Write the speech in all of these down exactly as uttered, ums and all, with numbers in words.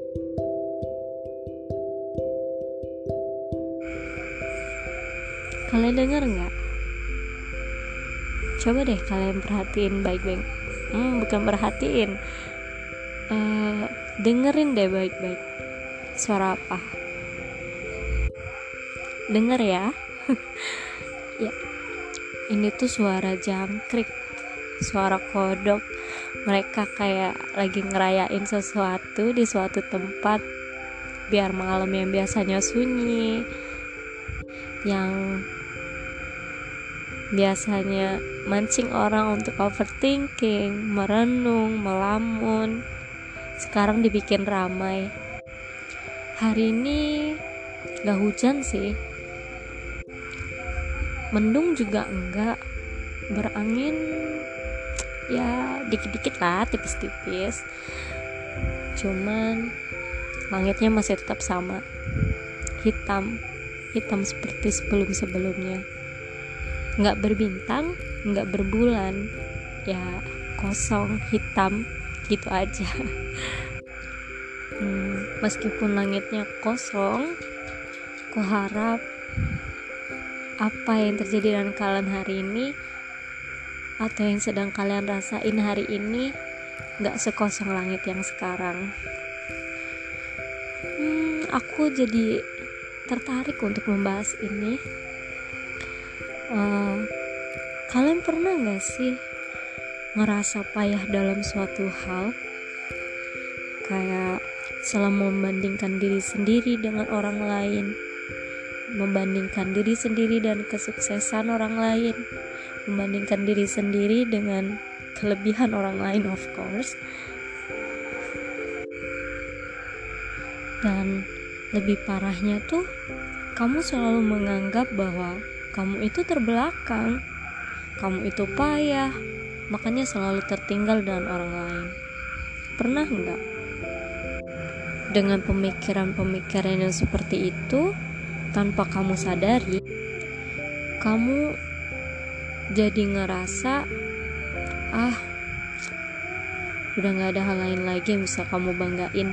Kalian denger nggak? Coba deh kalian perhatiin baik-baik. Hmm, bukan perhatiin. Uh, dengerin deh baik-baik. Suara apa? Denger ya. Ya. Ini tuh suara jangkrik, suara kodok. Mereka kayak lagi ngerayain sesuatu di suatu tempat biar malam yang biasanya sunyi, yang biasanya mancing orang untuk overthinking, merenung, melamun, sekarang dibikin ramai. Hari ini gak hujan sih, mendung juga enggak, berangin ya dikit-dikit lah, tipis-tipis, cuman langitnya masih tetap sama, hitam hitam seperti sebelum-sebelumnya, nggak berbintang, nggak berbulan, ya kosong, hitam gitu aja. hmm, meskipun langitnya kosong, ku harap apa yang terjadi dengan kalian hari ini atau yang sedang kalian rasain hari ini gak sekosong langit yang sekarang. hmm, Aku jadi tertarik untuk membahas ini. uh, Kalian pernah gak sih ngerasa payah dalam suatu hal, kayak selalu membandingkan diri sendiri dengan orang lain, membandingkan diri sendiri dan kesuksesan orang lain, membandingkan diri sendiri dengan kelebihan orang lain, of course. Dan lebih parahnya tuh, kamu selalu menganggap bahwa kamu itu terbelakang, kamu itu payah, makanya selalu tertinggal dengan orang lain. Pernah enggak? Dengan pemikiran-pemikiran yang seperti itu, tanpa kamu sadari, kamu jadi ngerasa ah udah gak ada hal lain lagi yang bisa kamu banggain,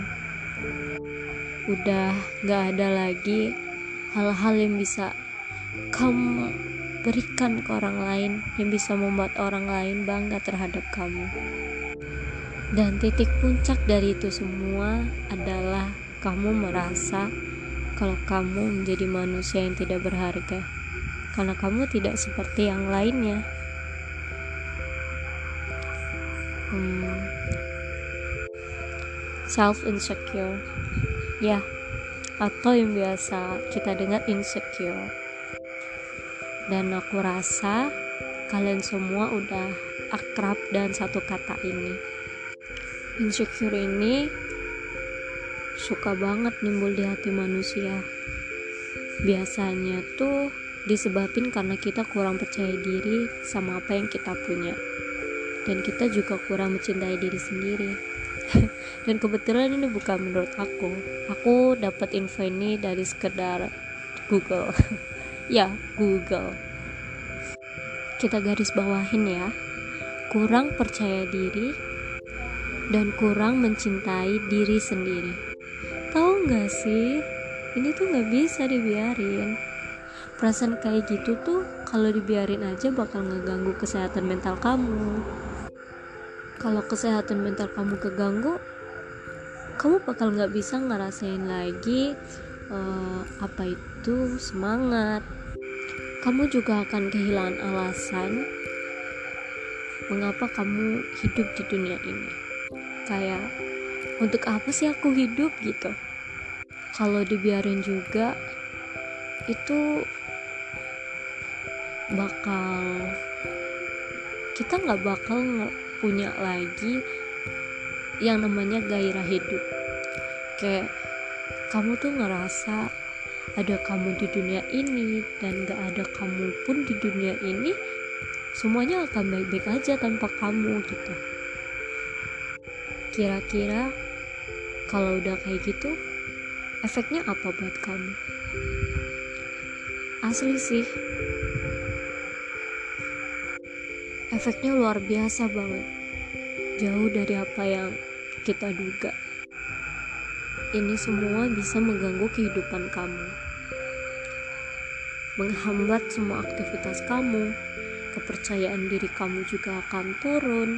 udah gak ada lagi hal-hal yang bisa kamu berikan ke orang lain, yang bisa membuat orang lain bangga terhadap kamu. Dan titik puncak dari itu semua adalah kamu merasa kalau kamu menjadi manusia yang tidak berharga, karena kamu tidak seperti yang lainnya. hmm, Self insecure, ya, atau yang biasa kita dengar insecure. Dan aku rasa kalian semua udah akrab dengan satu kata ini. Insecure ini suka banget nimbul di hati manusia. Biasanya tuh disebabin karena kita kurang percaya diri sama apa yang kita punya, dan kita juga kurang mencintai diri sendiri. Dan kebetulan ini bukan menurut aku, aku dapat info ini dari sekedar Google. Ya, Google. Kita garis bawahin ya, kurang percaya diri dan kurang mencintai diri sendiri. Tahu gak sih, ini tuh gak bisa dibiarin. Perasaan kayak gitu tuh kalau dibiarin aja bakal ngeganggu kesehatan mental kamu. Kalau kesehatan mental kamu keganggu, kamu bakal gak bisa ngerasain lagi uh, apa itu semangat. Kamu juga akan kehilangan alasan mengapa kamu hidup di dunia ini. Kayak, untuk apa sih aku hidup gitu? Kalau dibiarin juga, itu bakal, kita gak bakal punya lagi yang namanya gairah hidup. Kayak kamu tuh ngerasa ada kamu di dunia ini dan gak ada kamu pun di dunia ini, semuanya akan baik-baik aja tanpa kamu gitu. Kira-kira kalau udah kayak gitu, efeknya apa buat kamu? Asli sih, efeknya luar biasa banget, jauh dari apa yang kita duga. ini semua bisa mengganggu kehidupan kamu, menghambat semua aktivitas kamu. Kepercayaan diri kamu juga akan turun.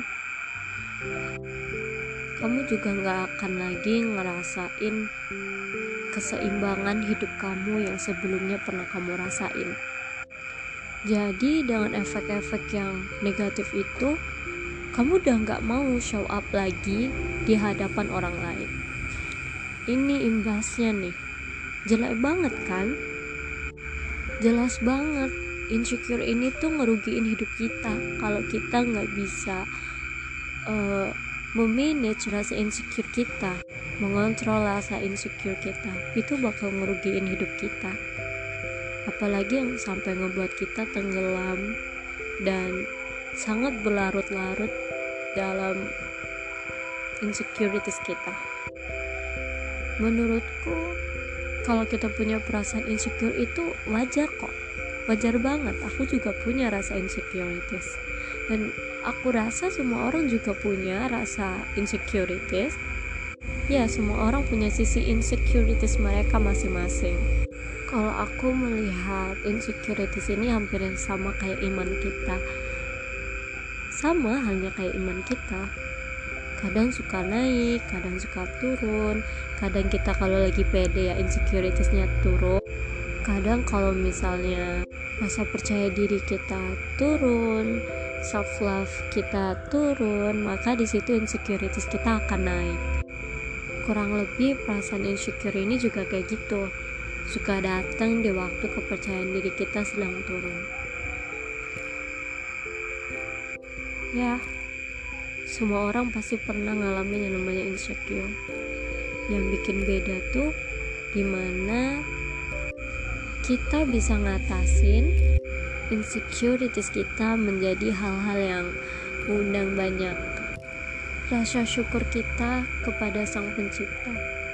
Kamu juga gak akan lagi ngerasain keseimbangan hidup kamu yang sebelumnya pernah kamu rasain. Jadi dengan efek-efek yang negatif itu, kamu udah gak mau show up lagi di hadapan orang lain. Ini imbasnya nih, jelek banget kan? Jelas banget, insecure ini tuh ngerugiin hidup kita. Kalau kita gak bisa uh, memanage rasa insecure kita, mengontrol rasa insecure kita, itu bakal ngerugiin hidup kita. Apalagi yang sampai ngebuat kita tenggelam dan sangat berlarut-larut dalam insecurities kita. Menurutku, kalau kita punya perasaan insecure itu wajar kok, wajar banget. Aku juga punya rasa insecurities, dan aku rasa semua orang juga punya rasa insecurities. Ya, semua orang punya sisi insecurities mereka masing-masing. Kalau aku melihat insecurities ini hampir yang sama kayak iman kita. Sama halnya kayak iman kita. Kadang suka naik, kadang suka turun. Kadang kita kalau lagi pede ya insecuritiesnya turun. Kadang kalau misalnya rasa percaya diri kita turun, self love kita turun, maka di situ insecurities kita akan naik. Kurang lebih perasaan insecure ini juga kayak gitu, suka datang di waktu kepercayaan diri kita sedang turun. Ya, semua orang pasti pernah ngalamin yang namanya insecure. Yang bikin beda tuh dimana kita bisa ngatasin insecurities kita menjadi hal-hal yang mengundang banyak rasa syukur kita kepada Sang Pencipta.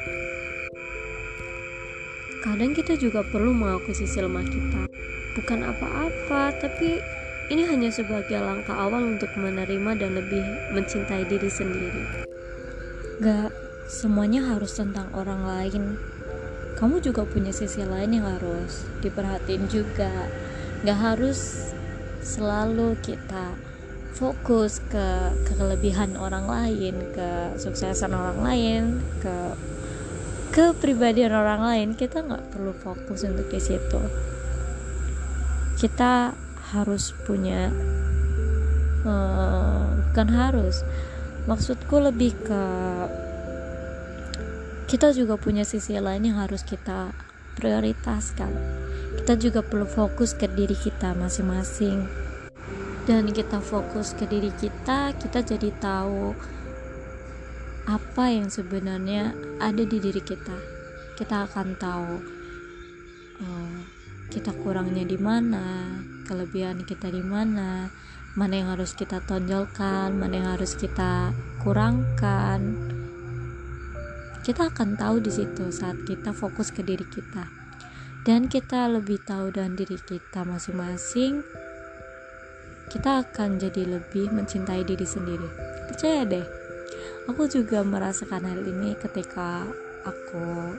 Kadang kita juga perlu mengakui sisi lemah kita. Bukan apa-apa, tapi ini hanya sebagai langkah awal untuk menerima dan lebih mencintai diri sendiri. Gak semuanya harus tentang orang lain. Kamu juga punya sisi lain yang harus diperhatiin juga. Gak harus selalu kita fokus ke, ke kelebihan orang lain, ke suksesan orang lain, ke kepribadian orang lain. Kita nggak perlu fokus untuk di situ. Kita harus punya, uh, bukan harus, maksudku lebih ke kita juga punya sisi lain yang harus kita prioritaskan. Kita juga perlu fokus ke diri kita masing-masing. Dan kita fokus ke diri kita, kita jadi tahu apa yang sebenarnya ada di diri kita. Kita akan tahu uh, kita kurangnya di mana, kelebihan kita di mana, mana yang harus kita tonjolkan, mana yang harus kita kurangkan. Kita akan tahu di situ saat kita fokus ke diri kita, dan kita lebih tahu dengan diri kita masing-masing. Kita akan jadi lebih mencintai diri sendiri. Percaya deh, aku juga merasakan hal ini ketika aku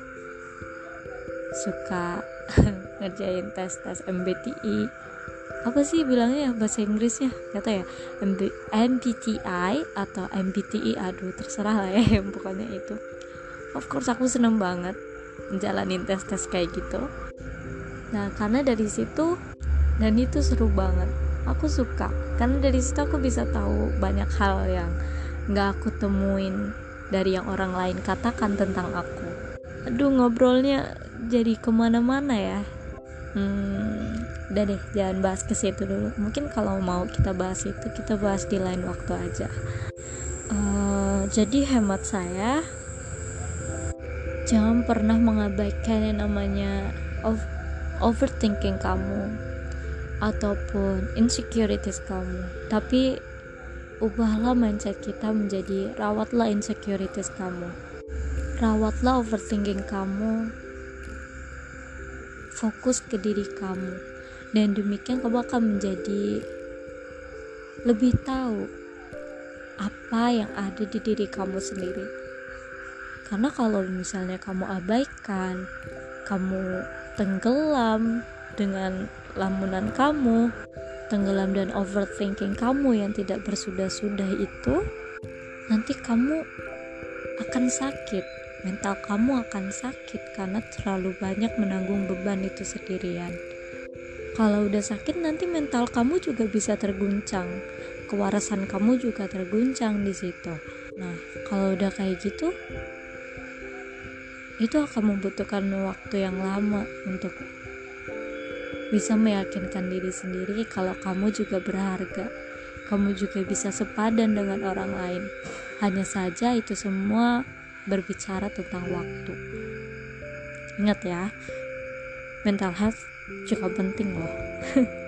suka ngerjain tes-tes M B T I. Apa sih bilangnya bahasa Inggrisnya? Gak tau ya, M B T I atau M B T I, aduh terserah lah ya, pokoknya itu. Of course aku seneng banget menjalanin tes-tes kayak gitu. Nah, karena dari situ, dan itu seru banget, aku suka karena dari situ aku bisa tahu banyak hal yang gak aku temuin dari yang orang lain katakan tentang aku. Aduh, ngobrolnya jadi kemana-mana ya. Hmm, udah deh, jangan bahas ke situ dulu. Mungkin kalau mau kita bahas itu, kita bahas di lain waktu aja. Uh, jadi hemat saya, jangan pernah mengabaikan yang namanya of- overthinking kamu ataupun insecurities kamu. Tapi ubahlah mindset kita menjadi rawatlah insecurities kamu, rawatlah overthinking kamu, fokus ke diri kamu, dan demikian kamu akan menjadi lebih tahu apa yang ada di diri kamu sendiri. Karena kalau misalnya kamu abaikan, kamu tenggelam dengan lamunan kamu, tenggelam dan overthinking kamu yang tidak bersudah-sudah itu, nanti kamu akan sakit, mental kamu akan sakit karena terlalu banyak menanggung beban itu sendirian. Kalau udah sakit nanti mental kamu juga bisa terguncang, kewarasan kamu juga terguncang di situ. Nah, kalau udah kayak gitu, itu akan membutuhkan waktu yang lama untuk bisa meyakinkan diri sendiri kalau kamu juga berharga, kamu juga bisa sepadan dengan orang lain. Hanya saja itu semua berbicara tentang waktu. Ingat ya, mental health juga penting loh.